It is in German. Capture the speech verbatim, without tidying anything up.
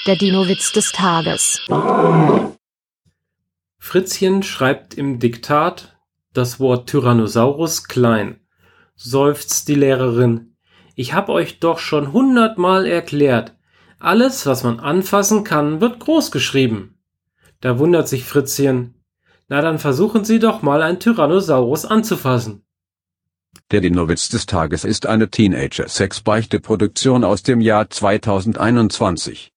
Der Dino-Witz des Tages. Fritzchen schreibt im Diktat das Wort Tyrannosaurus klein. Seufzt die Lehrerin. Ich hab euch doch schon hundertmal erklärt. Alles, was man anfassen kann, wird groß geschrieben. Da wundert sich Fritzchen. Na, dann versuchen Sie doch mal ein Tyrannosaurus anzufassen. Der Dino-Witz des Tages ist eine Teenager-Sex-Beichte-Produktion aus dem Jahr zweitausendeinundzwanzig.